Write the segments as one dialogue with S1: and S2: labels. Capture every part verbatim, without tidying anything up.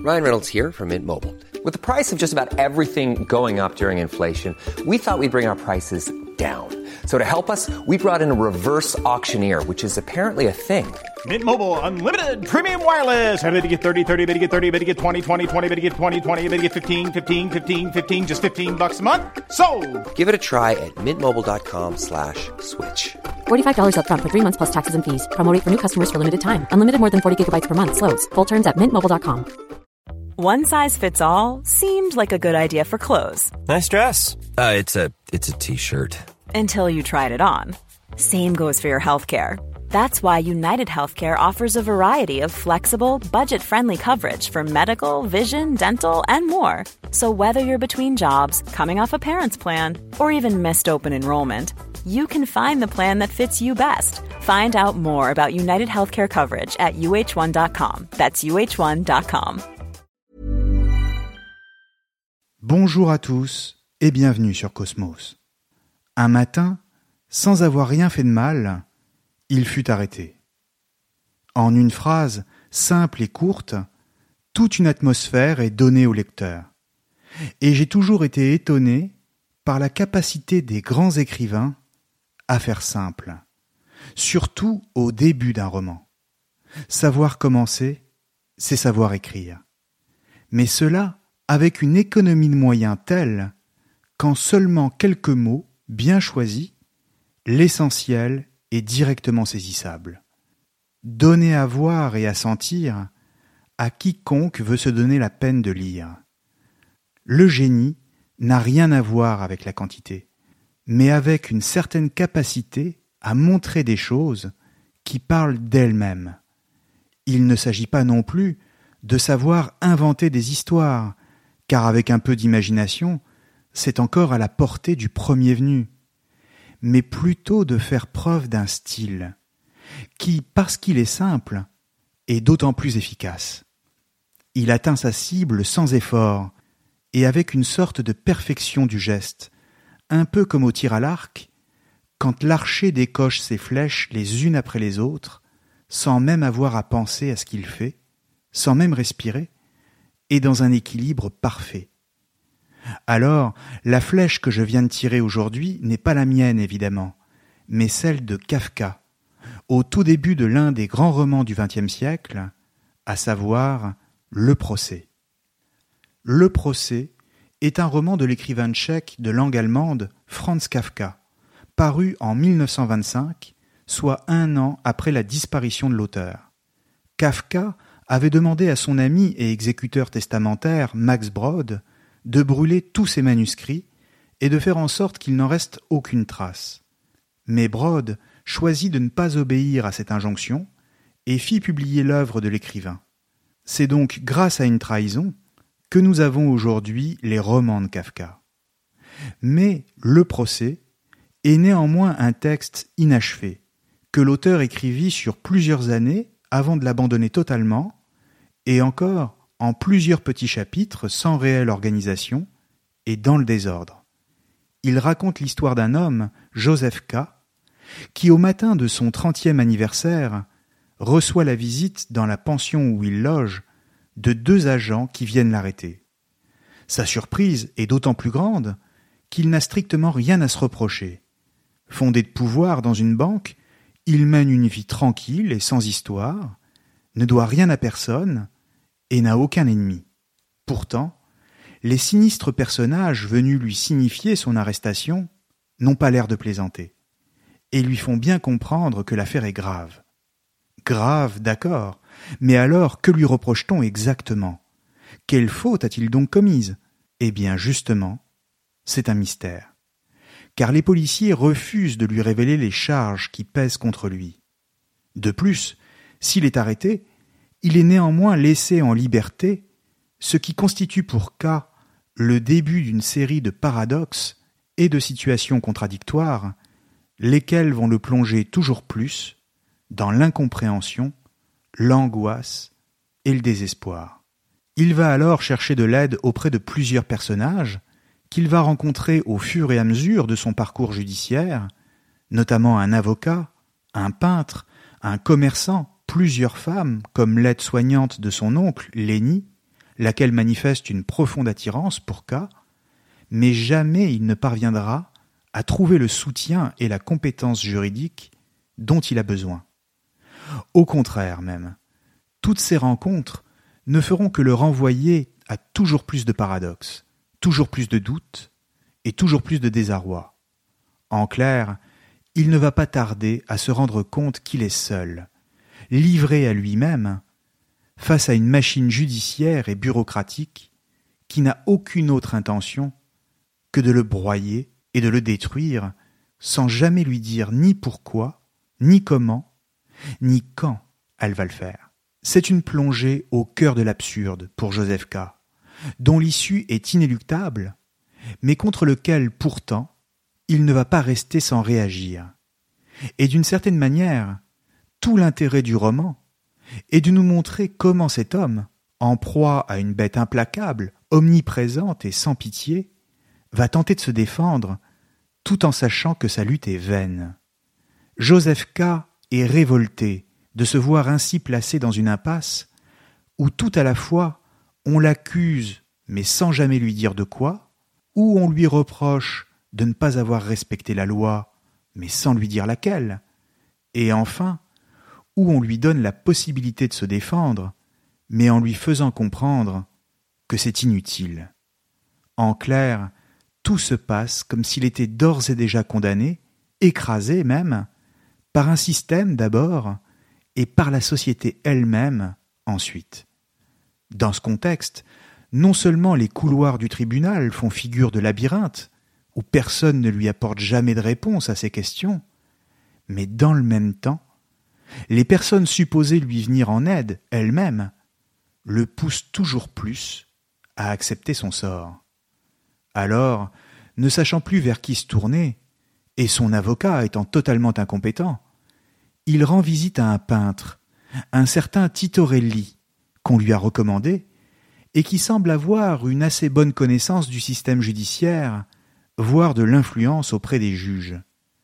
S1: Ryan Reynolds here from Mint Mobile. With the price of just about everything going up during inflation, we thought we'd bring our prices down. So to help us, we brought in a reverse auctioneer, which is apparently a thing.
S2: Mint Mobile Unlimited Premium Wireless. How to get thirty, thirty, how to get thirty, how to get twenty, twenty, twenty, how to get twenty, twenty, how to get fifteen, fifteen, fifteen, fifteen, just fifteen bucks a month? Sold!
S1: Give it a try at mintmobile.com slash switch.
S3: forty-five dollars up front for three months plus taxes and fees. Promo rate for new customers for limited time. Unlimited more than forty gigabytes per month. Slows full terms at mint mobile dot com.
S4: One size fits all seemed like a good idea for clothes.
S5: Nice dress. Uh, it's a it's a t-shirt.
S4: Until you tried it on. Same goes for your healthcare. That's why United Healthcare offers a variety of flexible, budget-friendly coverage for medical, vision, dental, and more. So whether you're between jobs, coming off a parent's plan, or even missed open enrollment, you can find the plan that fits you best. Find out more about United Healthcare coverage at U H one dot com. That's U H one dot com.
S6: Bonjour à tous et bienvenue sur Cosmos. Un matin, sans avoir rien fait de mal, il fut arrêté. En une phrase simple et courte, toute une atmosphère est donnée au lecteur. Et j'ai toujours été étonné par la capacité des grands écrivains à faire simple, surtout au début d'un roman. Savoir commencer, c'est savoir écrire. Mais cela avec une économie de moyens telle qu'en seulement quelques mots bien choisis, l'essentiel est directement saisissable. Donner à voir et à sentir à quiconque veut se donner la peine de lire. Le génie n'a rien à voir avec la quantité, mais avec une certaine capacité à montrer des choses qui parlent d'elles-mêmes. Il ne s'agit pas non plus de savoir inventer des histoires, car avec un peu d'imagination, c'est encore à la portée du premier venu, mais plutôt de faire preuve d'un style, qui, parce qu'il est simple, est d'autant plus efficace. Il atteint sa cible sans effort, et avec une sorte de perfection du geste, un peu comme au tir à l'arc, quand l'archer décoche ses flèches les unes après les autres, sans même avoir à penser à ce qu'il fait, sans même respirer, et dans un équilibre parfait. Alors, la flèche que je viens de tirer aujourd'hui n'est pas la mienne, évidemment, mais celle de Kafka, au tout début de l'un des grands romans du vingtième siècle, à savoir Le Procès. Le Procès est un roman de l'écrivain tchèque de langue allemande Franz Kafka, paru en mille neuf cent vingt-cinq, soit un an après la disparition de l'auteur. Kafka avait demandé à son ami et exécuteur testamentaire Max Brod de brûler tous ses manuscrits et de faire en sorte qu'il n'en reste aucune trace. Mais Brod choisit de ne pas obéir à cette injonction et fit publier l'œuvre de l'écrivain. C'est donc grâce à une trahison que nous avons aujourd'hui les romans de Kafka. Mais Le Procès est néanmoins un texte inachevé, que l'auteur écrivit sur plusieurs années avant de l'abandonner totalement, et encore en plusieurs petits chapitres sans réelle organisation et dans le désordre. Il raconte l'histoire d'un homme, Joseph K., qui au matin de son trentième anniversaire reçoit la visite dans la pension où il loge de deux agents qui viennent l'arrêter. Sa surprise est d'autant plus grande qu'il n'a strictement rien à se reprocher. Fondé de pouvoir dans une banque, il mène une vie tranquille et sans histoire, ne doit rien à personne et n'a aucun ennemi. Pourtant, les sinistres personnages venus lui signifier son arrestation n'ont pas l'air de plaisanter et lui font bien comprendre que l'affaire est grave. Grave, d'accord, mais alors que lui reproche-t-on exactement ? Quelle faute a-t-il donc commise ? Eh bien, justement, c'est un mystère. Car les policiers refusent de lui révéler les charges qui pèsent contre lui. De plus, s'il est arrêté, il est néanmoins laissé en liberté, ce qui constitue pour K le début d'une série de paradoxes et de situations contradictoires, lesquelles vont le plonger toujours plus dans l'incompréhension, l'angoisse et le désespoir. Il va alors chercher de l'aide auprès de plusieurs personnages qu'il va rencontrer au fur et à mesure de son parcours judiciaire, notamment un avocat, un peintre, un commerçant, plusieurs femmes, comme l'aide-soignante de son oncle, Lenny, laquelle manifeste une profonde attirance pour K, mais jamais il ne parviendra à trouver le soutien et la compétence juridique dont il a besoin. Au contraire même, toutes ces rencontres ne feront que le renvoyer à toujours plus de paradoxes, toujours plus de doutes et toujours plus de désarroi. En clair, il ne va pas tarder à se rendre compte qu'il est seul, livré à lui-même, face à une machine judiciaire et bureaucratique qui n'a aucune autre intention que de le broyer et de le détruire sans jamais lui dire ni pourquoi, ni comment, ni quand elle va le faire. C'est une plongée au cœur de l'absurde pour Joseph K, dont l'issue est inéluctable, mais contre lequel pourtant il ne va pas rester sans réagir. Et d'une certaine manière, tout l'intérêt du roman est de nous montrer comment cet homme, en proie à une bête implacable, omniprésente et sans pitié, va tenter de se défendre tout en sachant que sa lutte est vaine. Joseph K est révolté de se voir ainsi placé dans une impasse où tout à la fois on l'accuse mais sans jamais lui dire de quoi, où on lui reproche de ne pas avoir respecté la loi mais sans lui dire laquelle, et enfin où on lui donne la possibilité de se défendre mais en lui faisant comprendre que c'est inutile. En clair, tout se passe comme s'il était d'ores et déjà condamné, écrasé même, par un système d'abord, et par la société elle-même ensuite. Dans ce contexte, non seulement les couloirs du tribunal font figure de labyrinthe, où personne ne lui apporte jamais de réponse à ses questions, mais dans le même temps, les personnes supposées lui venir en aide, elles-mêmes, le poussent toujours plus à accepter son sort. Alors, ne sachant plus vers qui se tourner, et son avocat étant totalement incompétent, il rend visite à un peintre, un certain Titorelli, qu'on lui a recommandé, et qui semble avoir une assez bonne connaissance du système judiciaire, voire de l'influence auprès des juges.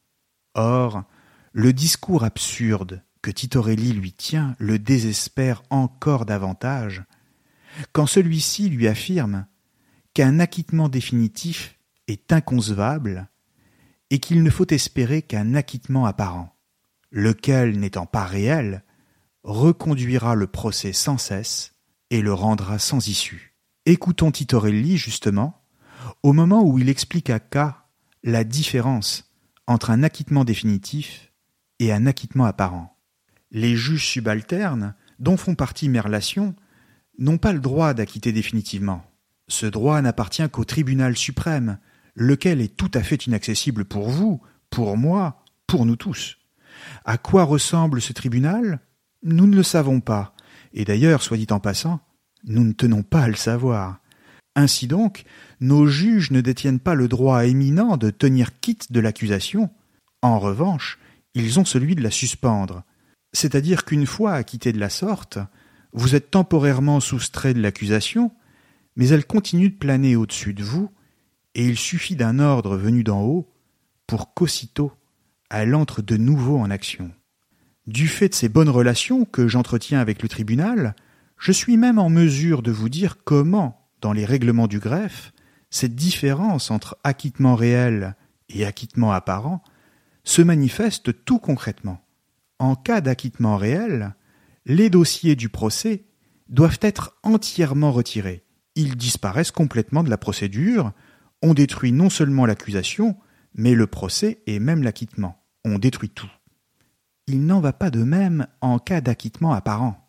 S6: Or, le discours absurde que Titorelli lui tient le désespère encore davantage, quand celui-ci lui affirme qu'un acquittement définitif est inconcevable et qu'il ne faut espérer qu'un acquittement apparent, lequel, n'étant pas réel, reconduira le procès sans cesse et le rendra sans issue. Écoutons Titorelli, justement, au moment où il explique à K la différence entre un acquittement définitif et un acquittement apparent. Les juges subalternes, dont font partie mes relations, n'ont pas le droit d'acquitter définitivement. Ce droit n'appartient qu'au tribunal suprême, lequel est tout à fait inaccessible pour vous, pour moi, pour nous tous. À quoi ressemble ce tribunal ? Nous ne le savons pas, et d'ailleurs, soit dit en passant, nous ne tenons pas à le savoir. Ainsi donc, nos juges ne détiennent pas le droit éminent de tenir quitte de l'accusation. En revanche, ils ont celui de la suspendre. C'est-à-dire qu'une fois acquitté de la sorte, vous êtes temporairement soustrait de l'accusation, mais elle continue de planer au-dessus de vous, et il suffit d'un ordre venu d'en haut pour qu'aussitôt elle entre de nouveau en action. Du fait de ces bonnes relations que j'entretiens avec le tribunal, je suis même en mesure de vous dire comment, dans les règlements du greffe, cette différence entre acquittement réel et acquittement apparent se manifeste tout concrètement. En cas d'acquittement réel, les dossiers du procès doivent être entièrement retirés. Ils disparaissent complètement de la procédure, on détruit non seulement l'accusation, mais le procès et même l'acquittement. On détruit tout. Il n'en va pas de même en cas d'acquittement apparent.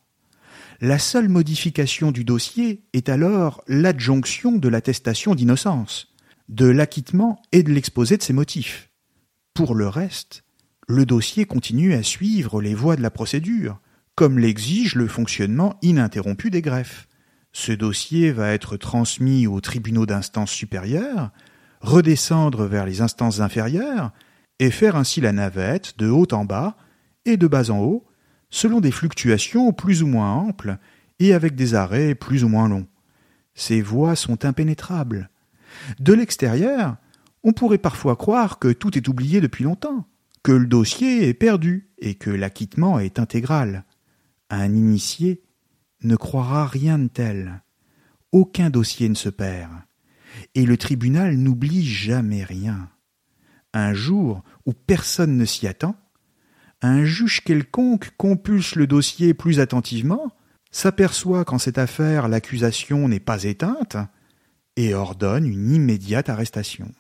S6: La seule modification du dossier est alors l'adjonction de l'attestation d'innocence, de l'acquittement et de l'exposé de ses motifs. Pour le reste, le dossier continue à suivre les voies de la procédure, comme l'exige le fonctionnement ininterrompu des greffes. Ce dossier va être transmis aux tribunaux d'instance supérieure, redescendre vers les instances inférieures et faire ainsi la navette de haut en bas et de bas en haut, selon des fluctuations plus ou moins amples et avec des arrêts plus ou moins longs. Ces voies sont impénétrables. De l'extérieur, on pourrait parfois croire que tout est oublié depuis longtemps, que le dossier est perdu et que l'acquittement est intégral. Un initié ne croira rien de tel. aucun dossier ne se perd, et le tribunal n'oublie jamais rien. Un jour où personne ne s'y attend, un juge quelconque compulse le dossier plus attentivement, s'aperçoit qu'en cette affaire l'accusation n'est pas éteinte, et ordonne une immédiate arrestation.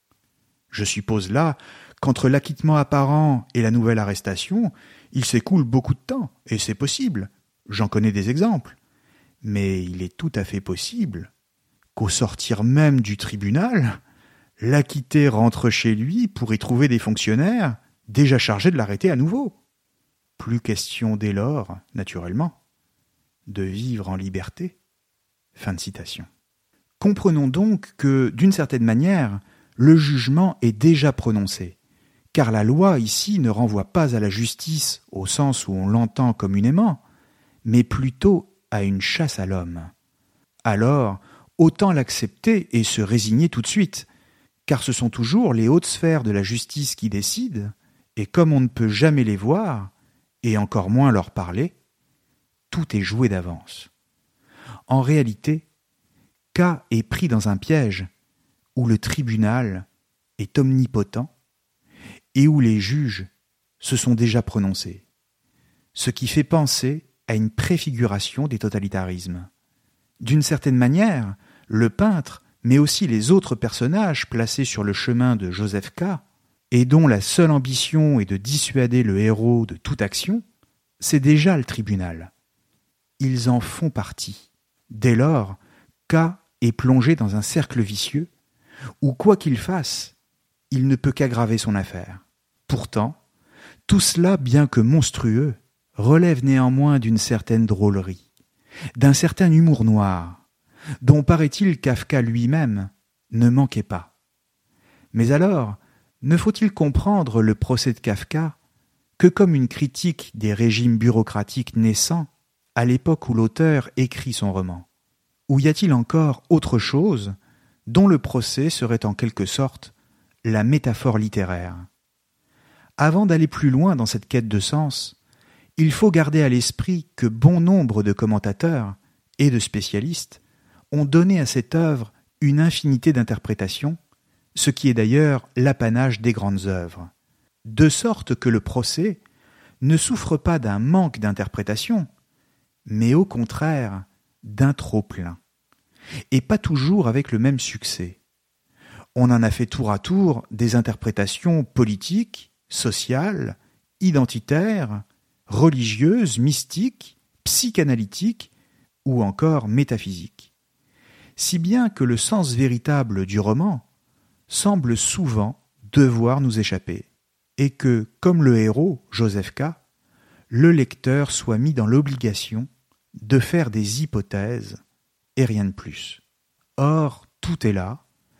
S6: Je suppose là qu'entre l'acquittement apparent et la nouvelle arrestation, il s'écoule beaucoup de temps, et c'est possible, j'en connais des exemples. Mais il est tout à fait possible qu'au sortir même du tribunal, l'acquitté rentre chez lui pour y trouver des fonctionnaires déjà chargés de l'arrêter à nouveau. Plus question dès lors, naturellement, de vivre en liberté. Fin de citation. Comprenons donc que, d'une certaine manière, le jugement est déjà prononcé, car la loi ici ne renvoie pas à la justice au sens où on l'entend communément, mais plutôt à une chasse à l'homme. Alors, autant l'accepter et se résigner tout de suite, car ce sont toujours les hautes sphères de la justice qui décident, et comme on ne peut jamais les voir, et encore moins leur parler, tout est joué d'avance. En réalité, K est pris dans un piège où le tribunal est omnipotent et où les juges se sont déjà prononcés, ce qui fait penser à une préfiguration des totalitarismes. D'une certaine manière, le peintre, mais aussi les autres personnages placés sur le chemin de Joseph K, et dont la seule ambition est de dissuader le héros de toute action, c'est déjà le tribunal. Ils en font partie. Dès lors, K est plongé dans un cercle vicieux où, quoi qu'il fasse, il ne peut qu'aggraver son affaire. Pourtant, tout cela, bien que monstrueux, relève néanmoins d'une certaine drôlerie, d'un certain humour noir, dont paraît-il Kafka lui-même ne manquait pas. Mais alors, ne faut-il comprendre le procès de Kafka que comme une critique des régimes bureaucratiques naissants à l'époque où l'auteur écrit son roman? Ou y a-t-il encore autre chose dont le procès serait en quelque sorte la métaphore littéraire? Avant d'aller plus loin dans cette quête de sens, il faut garder à l'esprit que bon nombre de commentateurs et de spécialistes ont donné à cette œuvre une infinité d'interprétations, ce qui est d'ailleurs l'apanage des grandes œuvres, de sorte que le procès ne souffre pas d'un manque d'interprétation, mais au contraire d'un trop-plein, et pas toujours avec le même succès. On en a fait tour à tour des interprétations politiques, sociales, identitaires, religieuses, mystiques, psychanalytiques ou encore métaphysiques. Si bien que le sens véritable du roman semble souvent devoir nous échapper, et que, comme le héros, Joseph K., le lecteur soit mis dans l'obligation de faire des hypothèses et rien de plus. Or, tout est là.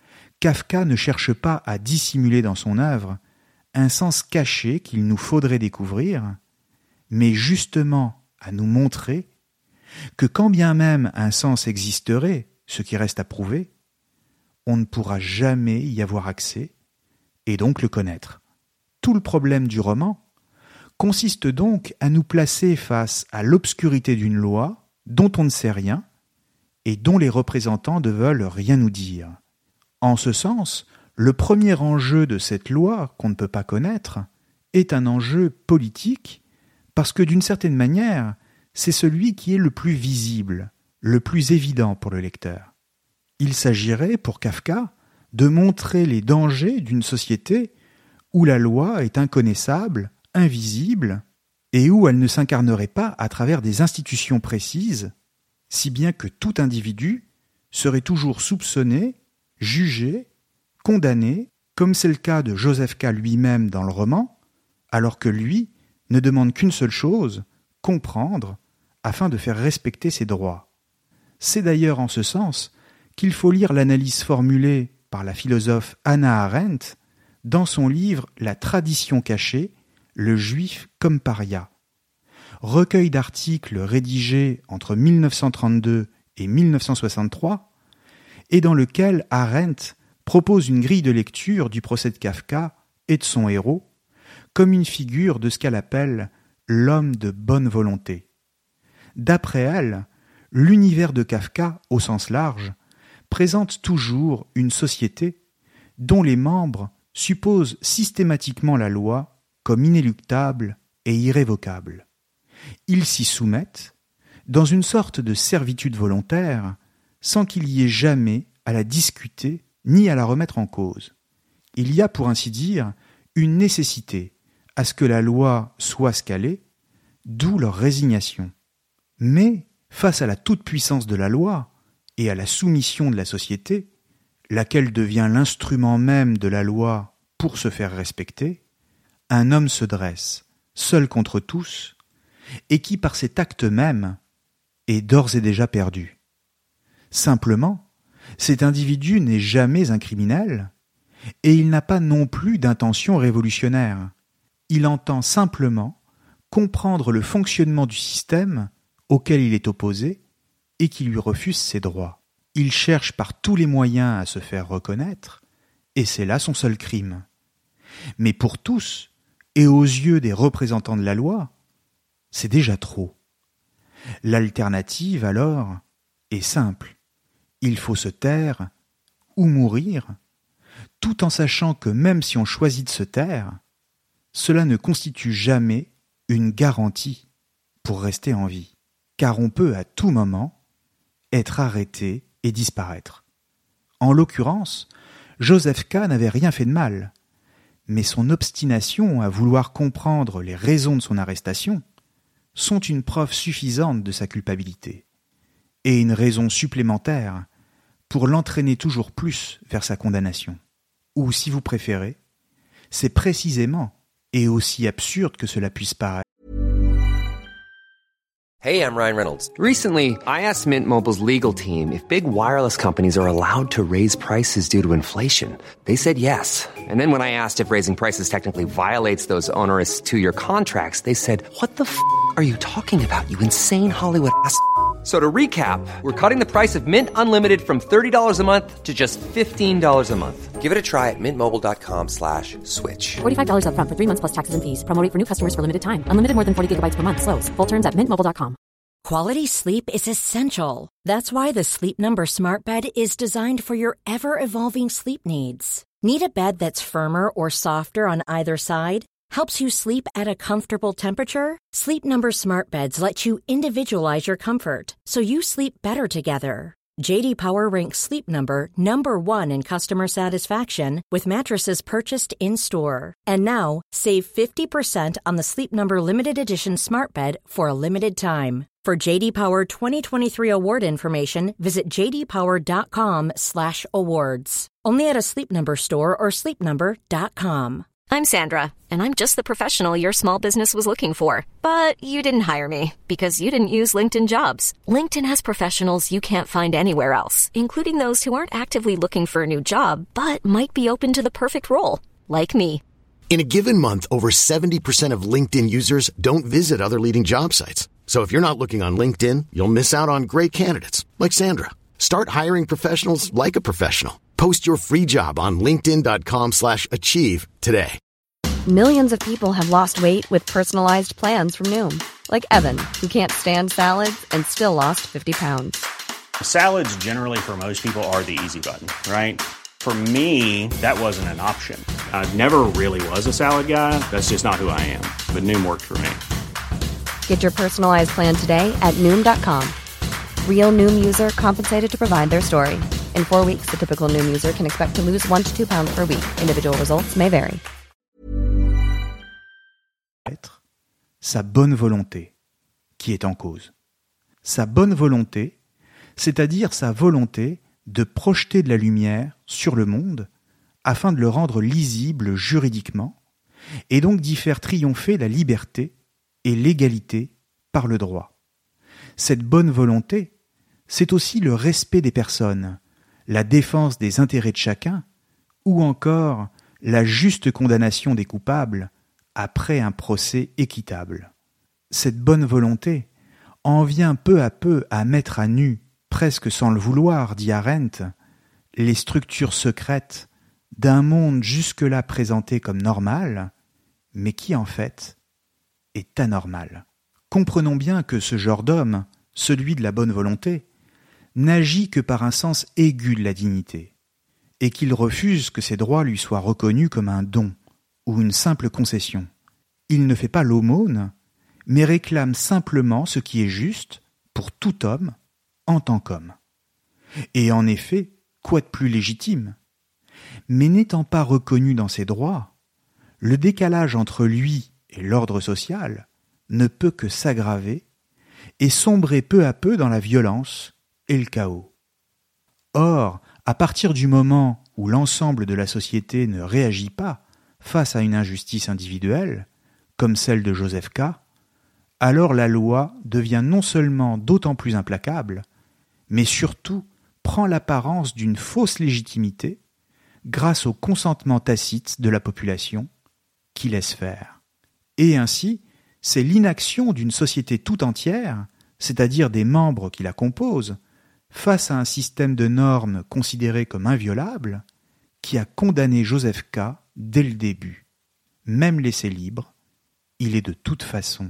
S6: Kafka ne cherche pas à dissimuler dans son œuvre un sens caché qu'il nous faudrait découvrir, mais justement à nous montrer que quand bien même un sens existerait, ce qui reste à prouver, on ne pourra jamais y avoir accès et donc le connaître. Tout le problème du roman consiste donc à nous placer face à l'obscurité d'une loi dont on ne sait rien et dont les représentants ne veulent rien nous dire. En ce sens, le premier enjeu de cette loi qu'on ne peut pas connaître est un enjeu politique parce que d'une certaine manière, c'est celui qui est le plus visible, le plus évident pour le lecteur. Il s'agirait, pour Kafka, de montrer les dangers d'une société où la loi est inconnaissable, invisible, et où elle ne s'incarnerait pas à travers des institutions précises, si bien que tout individu serait toujours soupçonné, jugé, condamné, comme c'est le cas de Joseph K. lui-même dans le roman, alors que lui ne demande qu'une seule chose, comprendre, afin de faire respecter ses droits. C'est d'ailleurs en ce sens qu'il faut lire l'analyse formulée par la philosophe Hannah Arendt dans son livre « La tradition cachée, le juif comme paria », recueil d'articles rédigés entre mille neuf cent trente-deux et mille neuf cent soixante-trois, et dans lequel Arendt propose une grille de lecture du procès de Kafka et de son héros comme une figure de ce qu'elle appelle « l'homme de bonne volonté ». D'après elle, l'univers de Kafka, au sens large, présente toujours une société dont les membres supposent systématiquement la loi comme inéluctable et irrévocable. Ils s'y soumettent dans une sorte de servitude volontaire sans qu'il y ait jamais à la discuter ni à la remettre en cause. Il y a, pour ainsi dire, une nécessité à ce que la loi soit ce qu'elle est, d'où leur résignation. Mais, face à la toute-puissance de la loi et à la soumission de la société, laquelle devient l'instrument même de la loi pour se faire respecter, un homme se dresse, seul contre tous, et qui, par cet acte même, est d'ores et déjà perdu. Simplement, cet individu n'est jamais un criminel, et il n'a pas non plus d'intention révolutionnaire. Il entend simplement comprendre le fonctionnement du système auquel il est opposé et qui lui refuse ses droits. Il cherche par tous les moyens à se faire reconnaître, et c'est là son seul crime. Mais pour tous, et aux yeux des représentants de la loi, c'est déjà trop. L'alternative, alors, est simple. Il faut se taire ou mourir, tout en sachant que même si on choisit de se taire, cela ne constitue jamais une garantie pour rester en vie, car on peut à tout moment être arrêté et disparaître. En l'occurrence, Joseph K. n'avait rien fait de mal, mais son obstination à vouloir comprendre les raisons de son arrestation sont une preuve suffisante de sa culpabilité, et une raison supplémentaire pour l'entraîner toujours plus vers sa condamnation. Ou, si vous préférez, c'est précisément, et aussi absurde que cela puisse paraître.
S1: Hey, I'm Ryan Reynolds. Recently, I asked Mint Mobile's legal team if big wireless companies are allowed to raise prices due to inflation. They said yes. And then when I asked if raising prices technically violates those onerous two-year contracts, they said, "What the f*** are you talking about, you insane Hollywood ass f- So to recap, we're cutting the price of Mint Unlimited from thirty dollars a month to just fifteen dollars a month. Give it a try at mintmobile.com slash switch.
S3: forty-five dollars up front for three months plus taxes and fees. Promo rate for new customers for limited time. Unlimited more than forty gigabytes per month. Slows full terms at mint mobile dot com.
S7: Quality sleep is essential. That's why the Sleep Number Smart Bed is designed for your ever-evolving sleep needs. Need a bed that's firmer or softer on either side? Helps you sleep at a comfortable temperature? Sleep Number Smart Beds let you individualize your comfort, so you sleep better together. J D Power ranks Sleep Number number one in customer satisfaction with mattresses purchased in-store. And now, save fifty percent on the Sleep Number Limited Edition Smart Bed for a limited time. For J D Power twenty twenty-three award information, visit j d power dot com slash awards. Only at a Sleep Number store or sleep number dot com.
S8: I'm Sandra, and I'm just the professional your small business was looking for. But you didn't hire me because you didn't use LinkedIn Jobs. LinkedIn has professionals you can't find anywhere else, including those who aren't actively looking for a new job, but might be open to the perfect role, like me.
S9: In a given month, over seventy percent of LinkedIn users don't visit other leading job sites. So if you're not looking on LinkedIn, you'll miss out on great candidates, like Sandra. Start hiring professionals like a professional. Post your free job on linkedin dot com slash achieve today.
S10: Millions of people have lost weight with personalized plans from Noom. Like Evan, who can't stand salads and still lost fifty pounds.
S11: Salads generally for most people are the easy button, right? For me, that wasn't an option. I never really was a salad guy. That's just not who I am. But Noom worked for me.
S10: Get your personalized plan today at Noom dot com. Real Noom user compensated to provide their story. In four weeks, the typical Noom user can expect to lose one to two pounds per week. Individual results may vary.
S6: Sa bonne volonté, qui est en cause. Sa bonne volonté, c'est-à-dire sa volonté de projeter de la lumière sur le monde afin de le rendre lisible juridiquement et donc d'y faire triompher la liberté et l'égalité par le droit. Cette bonne volonté, c'est aussi le respect des personnes, la défense des intérêts de chacun, ou encore la juste condamnation des coupables après un procès équitable. Cette bonne volonté en vient peu à peu à mettre à nu, presque sans le vouloir, dit Arendt, les structures secrètes d'un monde jusque-là présenté comme normal, mais qui en fait est anormal. Comprenons bien que ce genre d'homme, celui de la bonne volonté, n'agit que par un sens aigu de la dignité, et qu'il refuse que ses droits lui soient reconnus comme un don ou une simple concession. Il ne fait pas l'aumône, mais réclame simplement ce qui est juste pour tout homme en tant qu'homme. Et en effet, quoi de plus légitime ? Mais n'étant pas reconnu dans ses droits, le décalage entre lui et l'ordre social ne peut que s'aggraver et sombrer peu à peu dans la violence et le chaos. Or, à partir du moment où l'ensemble de la société ne réagit pas face à une injustice individuelle, comme celle de Joseph K., alors la loi devient non seulement d'autant plus implacable, mais surtout prend l'apparence d'une fausse légitimité grâce au consentement tacite de la population qui laisse faire. Et ainsi, c'est l'inaction d'une société tout entière, c'est-à-dire des membres qui la composent, face à un système de normes considéré comme inviolable, qui a condamné Joseph K. dès le début. Même laissé libre, il est de toute façon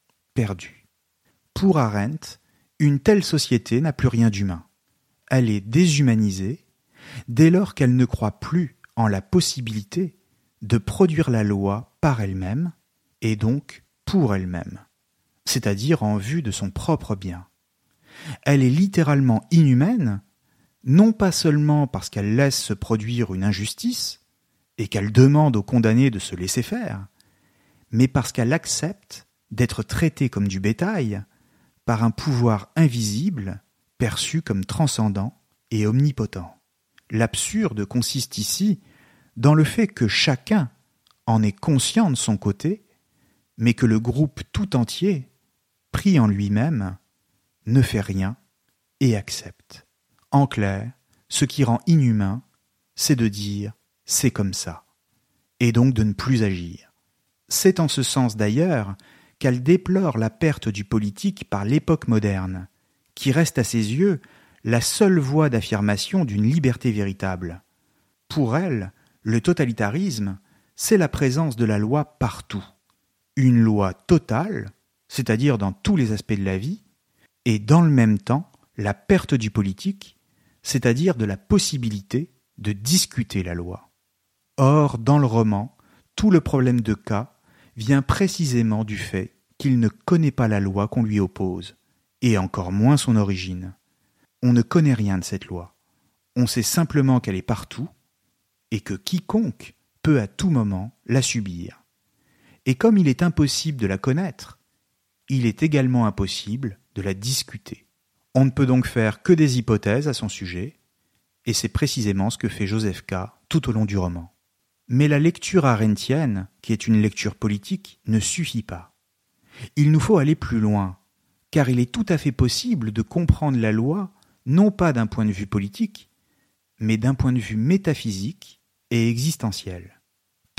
S6: perdu. Pour Arendt, une telle société n'a plus rien d'humain. Elle est déshumanisée dès lors qu'elle ne croit plus en la possibilité de produire la loi par elle-même et donc pour elle-même, c'est-à-dire en vue de son propre bien. Elle est littéralement inhumaine, non pas seulement parce qu'elle laisse se produire une injustice et qu'elle demande aux condamnés de se laisser faire, mais parce qu'elle accepte d'être traitée comme du bétail par un pouvoir invisible perçu comme transcendant et omnipotent. L'absurde consiste ici dans le fait que chacun en est conscient de son côté, mais que le groupe tout entier, pris en lui-même, ne fait rien et accepte. En clair, ce qui rend inhumain, c'est de dire « c'est comme ça », et donc de ne plus agir. C'est en ce sens d'ailleurs qu'elle déplore la perte du politique par l'époque moderne, qui reste à ses yeux la seule voie d'affirmation d'une liberté véritable. Pour elle, le totalitarisme, c'est la présence de la loi partout. Une loi totale, c'est-à-dire dans tous les aspects de la vie, et dans le même temps, la perte du politique, c'est-à-dire de la possibilité de discuter la loi. Or, dans le roman, tout le problème de K vient précisément du fait qu'il ne connaît pas la loi qu'on lui oppose, et encore moins son origine. On ne connaît rien de cette loi. On sait simplement qu'elle est partout, et que quiconque peut à tout moment la subir. Et comme il est impossible de la connaître, il est également impossible de la discuter. On ne peut donc faire que des hypothèses à son sujet, et c'est précisément ce que fait Joseph K. tout au long du roman. Mais la lecture arendtienne, qui est une lecture politique, ne suffit pas. Il nous faut aller plus loin, car il est tout à fait possible de comprendre la loi non pas d'un point de vue politique, mais d'un point de vue métaphysique et existentiel. Pourquoi ?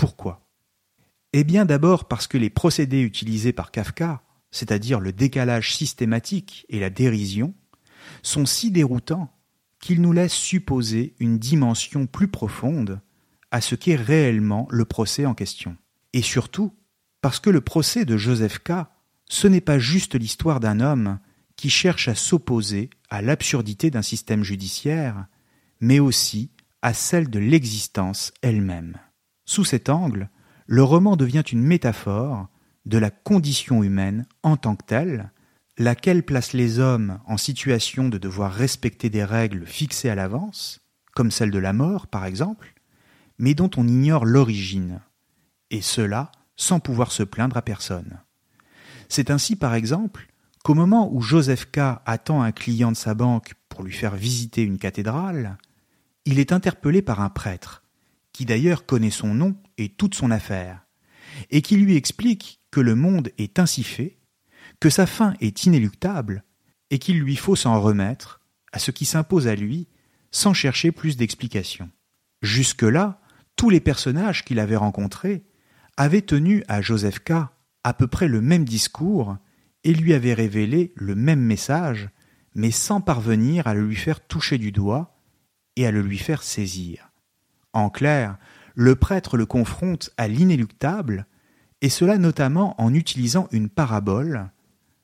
S6: Eh bien d'abord parce que les procédés utilisés par Kafka, c'est-à-dire le décalage systématique et la dérision, sont si déroutants qu'ils nous laissent supposer une dimension plus profonde à ce qu'est réellement le procès en question. Et surtout, parce que le procès de Joseph K., ce n'est pas juste l'histoire d'un homme qui cherche à s'opposer à l'absurdité d'un système judiciaire, mais aussi à celle de l'existence elle-même. Sous cet angle, le roman devient une métaphore de la condition humaine en tant que telle, laquelle place les hommes en situation de devoir respecter des règles fixées à l'avance, comme celle de la mort par exemple, mais dont on ignore l'origine, et cela sans pouvoir se plaindre à personne. C'est ainsi par exemple qu'au moment où Joseph K. attend un client de sa banque pour lui faire visiter une cathédrale, il est interpellé par un prêtre, qui d'ailleurs connaît son nom et toute son affaire, et qui lui explique que le monde est ainsi fait, que sa fin est inéluctable, et qu'il lui faut s'en remettre à ce qui s'impose à lui sans chercher plus d'explications. Jusque-là, tous les personnages qu'il avait rencontrés avaient tenu à Joseph K. à peu près le même discours et lui avaient révélé le même message, mais sans parvenir à le lui faire toucher du doigt et à le lui faire saisir. En clair, le prêtre le confronte à l'inéluctable, et cela notamment en utilisant une parabole,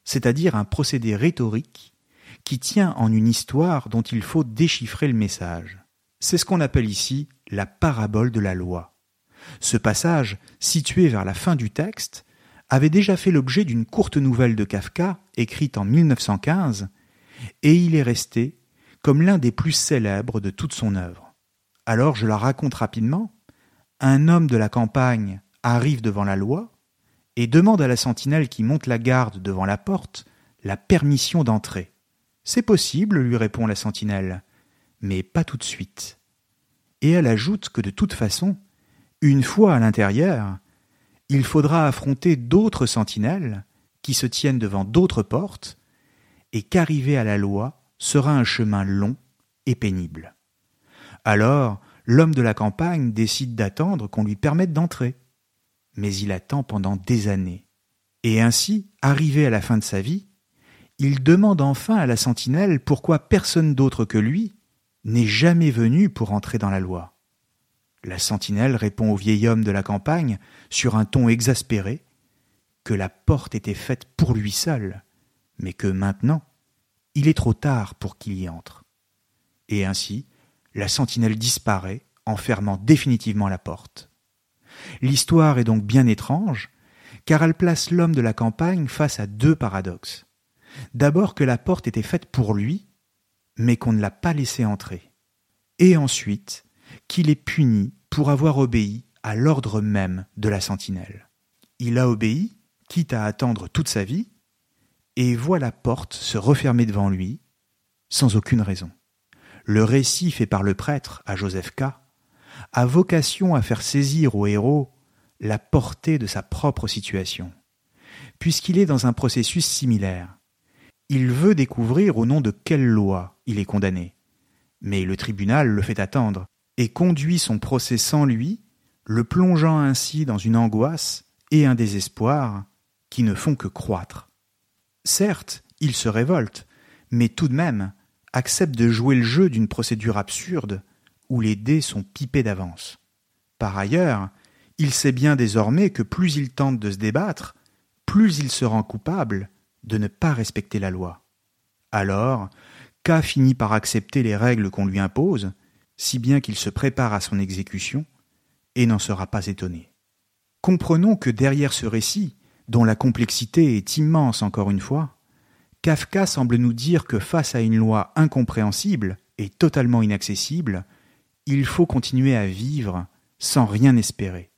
S6: c'est-à-dire un procédé rhétorique qui tient en une histoire dont il faut déchiffrer le message. C'est ce qu'on appelle ici la parabole de la loi. Ce passage, situé vers la fin du texte, avait déjà fait l'objet d'une courte nouvelle de Kafka, écrite en mille neuf cent quinze, et il est resté comme l'un des plus célèbres de toute son œuvre. Alors je la raconte rapidement. Un homme de la campagne arrive devant la loi et demande à la sentinelle qui monte la garde devant la porte la permission d'entrer. « C'est possible, lui répond la sentinelle, mais pas tout de suite. » Et elle ajoute que de toute façon, une fois à l'intérieur, il faudra affronter d'autres sentinelles qui se tiennent devant d'autres portes et qu'arriver à la loi sera un chemin long et pénible. Alors, l'homme de la campagne décide d'attendre qu'on lui permette d'entrer. Mais il attend pendant des années. Et ainsi, arrivé à la fin de sa vie, il demande enfin à la sentinelle pourquoi personne d'autre que lui n'est jamais venu pour entrer dans la loi. La sentinelle répond au vieil homme de la campagne, sur un ton exaspéré, que la porte était faite pour lui seul, mais que maintenant, il est trop tard pour qu'il y entre. Et ainsi, la sentinelle disparaît en fermant définitivement la porte. L'histoire est donc bien étrange, car elle place l'homme de la campagne face à deux paradoxes. D'abord que la porte était faite pour lui, mais qu'on ne l'a pas laissé entrer. Et ensuite, qu'il est puni pour avoir obéi à l'ordre même de la sentinelle. Il a obéi, quitte à attendre toute sa vie, et voit la porte se refermer devant lui, sans aucune raison. Le récit fait par le prêtre à Joseph K. a vocation à faire saisir au héros la portée de sa propre situation, puisqu'il est dans un processus similaire. Il veut découvrir au nom de quelle loi il est condamné, mais le tribunal le fait attendre et conduit son procès sans lui, le plongeant ainsi dans une angoisse et un désespoir qui ne font que croître. Certes, il se révolte, mais tout de même accepte de jouer le jeu d'une procédure absurde où les dés sont pipés d'avance. Par ailleurs, il sait bien désormais que plus il tente de se débattre, plus il se rend coupable de ne pas respecter la loi. Alors, K finit par accepter les règles qu'on lui impose, si bien qu'il se prépare à son exécution et n'en sera pas étonné. Comprenons que derrière ce récit, dont la complexité est immense encore une fois, Kafka semble nous dire que face à une loi incompréhensible et totalement inaccessible, il faut continuer à vivre sans rien espérer.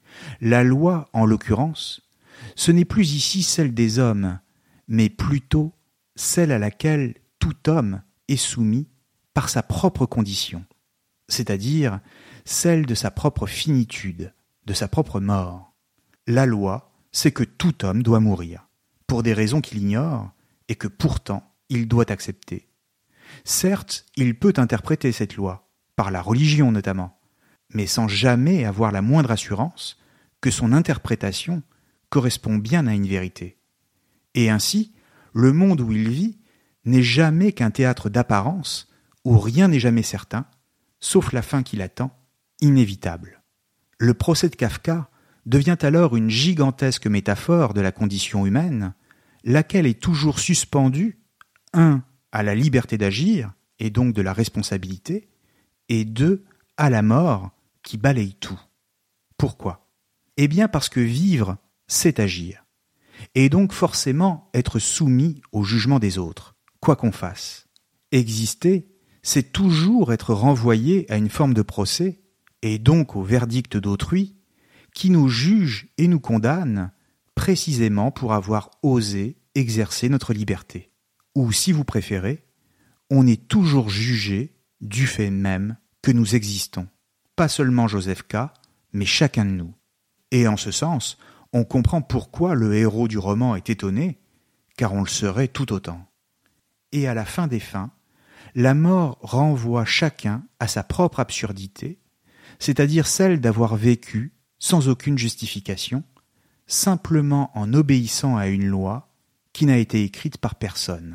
S6: La loi, en l'occurrence, ce n'est plus ici celle des hommes, mais plutôt celle à laquelle tout homme est soumis par sa propre condition, c'est-à-dire celle de sa propre finitude, de sa propre mort. La loi, c'est que tout homme doit mourir, pour des raisons qu'il ignore et que pourtant il doit accepter. Certes, il peut interpréter cette loi, par la religion notamment, mais sans jamais avoir la moindre assurance que son interprétation correspond bien à une vérité. Et ainsi, le monde où il vit n'est jamais qu'un théâtre d'apparence où rien n'est jamais certain, sauf la fin qu'il attend, inévitable. Le procès de Kafka devient alors une gigantesque métaphore de la condition humaine, laquelle est toujours suspendue, un, à la liberté d'agir, et donc de la responsabilité, et deux, à la mort, qui balaye tout. Pourquoi ? Eh bien parce que vivre, c'est agir, et donc forcément être soumis au jugement des autres, quoi qu'on fasse. Exister, c'est toujours être renvoyé à une forme de procès, et donc au verdict d'autrui, qui nous juge et nous condamne précisément pour avoir osé exercer notre liberté. Ou, si vous préférez, on est toujours jugé du fait même que nous existons. Pas seulement Joseph K, mais chacun de nous. Et en ce sens, on comprend pourquoi le héros du roman est étonné, car on le serait tout autant. Et à la fin des fins, la mort renvoie chacun à sa propre absurdité, c'est-à-dire celle d'avoir vécu, sans aucune justification, simplement en obéissant à une loi qui n'a été écrite par personne.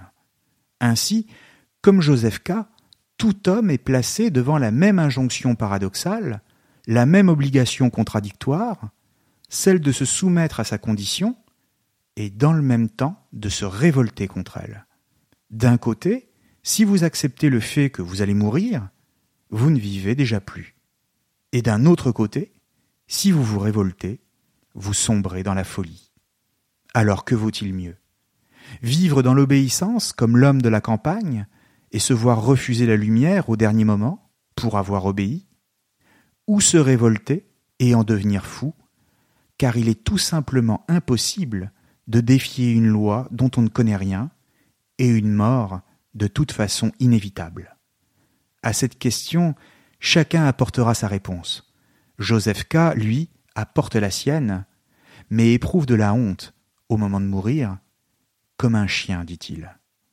S6: Ainsi, comme Joseph K, tout homme est placé devant la même injonction paradoxale, la même obligation contradictoire, celle de se soumettre à sa condition et dans le même temps de se révolter contre elle. D'un côté, si vous acceptez le fait que vous allez mourir, vous ne vivez déjà plus. Et d'un autre côté, si vous vous révoltez, vous sombrez dans la folie. Alors que vaut-il mieux ? Vivre dans l'obéissance comme l'homme de la campagne et se voir refuser la lumière au dernier moment pour avoir obéi ? Ou se révolter et en devenir fou, car il est tout simplement impossible de défier une loi dont on ne connaît rien et une mort de toute façon inévitable. À cette question, chacun apportera sa réponse. Joseph K., lui, apporte la sienne, mais éprouve de la honte au moment de mourir, comme un chien, dit-il.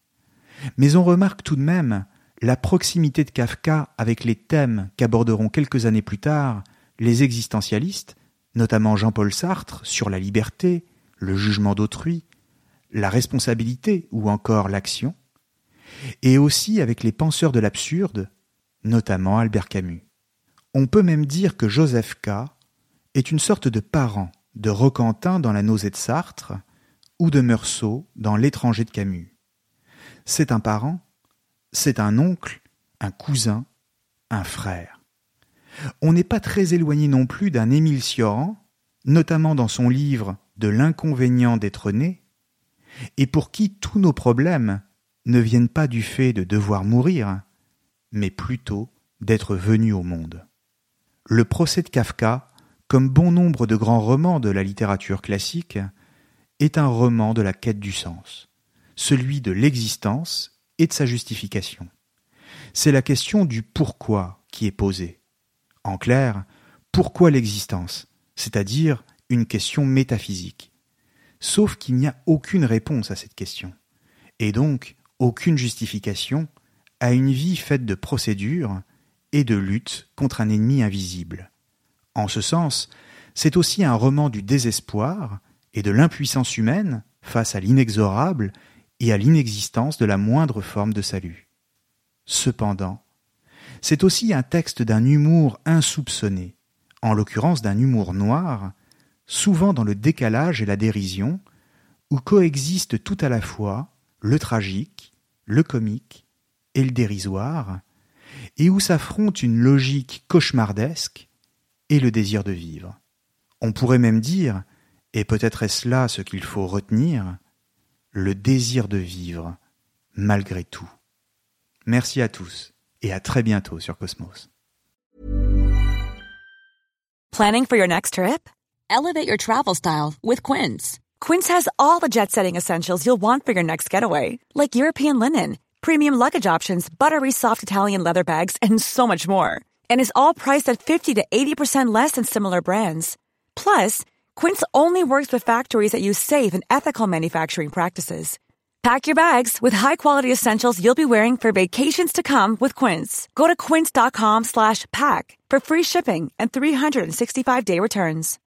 S6: Mais on remarque tout de même la proximité de Kafka avec les thèmes qu'aborderont quelques années plus tard les existentialistes, notamment Jean-Paul Sartre sur la liberté, le jugement d'autrui, la responsabilité ou encore l'action, et aussi avec les penseurs de l'absurde, notamment Albert Camus. On peut même dire que Joseph K. est une sorte de parent de Roquentin dans La nausée de Sartre ou de Meursault dans L'étranger de Camus. C'est un parent, c'est un oncle, un cousin, un frère. On n'est pas très éloigné non plus d'un Émile Cioran, notamment dans son livre « De l'inconvénient d'être né », et pour qui tous nos problèmes ne viennent pas du fait de devoir mourir, mais plutôt d'être venus au monde. Le procès de Kafka, comme bon nombre de grands romans de la littérature classique, est un roman de la quête du sens, celui de l'existence et de sa justification. C'est la question du pourquoi qui est posée. En clair, pourquoi l'existence, c'est-à-dire une question métaphysique. Sauf qu'il n'y a aucune réponse à cette question, et donc aucune justification à une vie faite de procédures et de lutte contre un ennemi invisible. En ce sens, c'est aussi un roman du désespoir et de l'impuissance humaine face à l'inexorable et à l'inexistence de la moindre forme de salut. Cependant, c'est aussi un texte d'un humour insoupçonné, en l'occurrence d'un humour noir, souvent dans le décalage et la dérision, où coexistent tout à la fois le tragique, le comique et le dérisoire, et où s'affrontent une logique cauchemardesque et le désir de vivre. On pourrait même dire, et peut-être est-ce là ce qu'il faut retenir, le désir de vivre, malgré tout. Merci à tous, et à très bientôt sur Cosmos.
S4: Planning for your next trip?
S12: Elevate your travel style with Quince.
S4: Quince has all the jet-setting essentials you'll want for your next getaway, like European linen, premium luggage options, buttery soft Italian leather bags, and so much more. And is all priced at fifty to eighty percent less than similar brands. Plus, Quince only works with factories that use safe and ethical manufacturing practices. Pack your bags with high-quality essentials you'll be wearing for vacations to come with Quince. Go to quince.com slash pack for free shipping and three sixty-five day returns.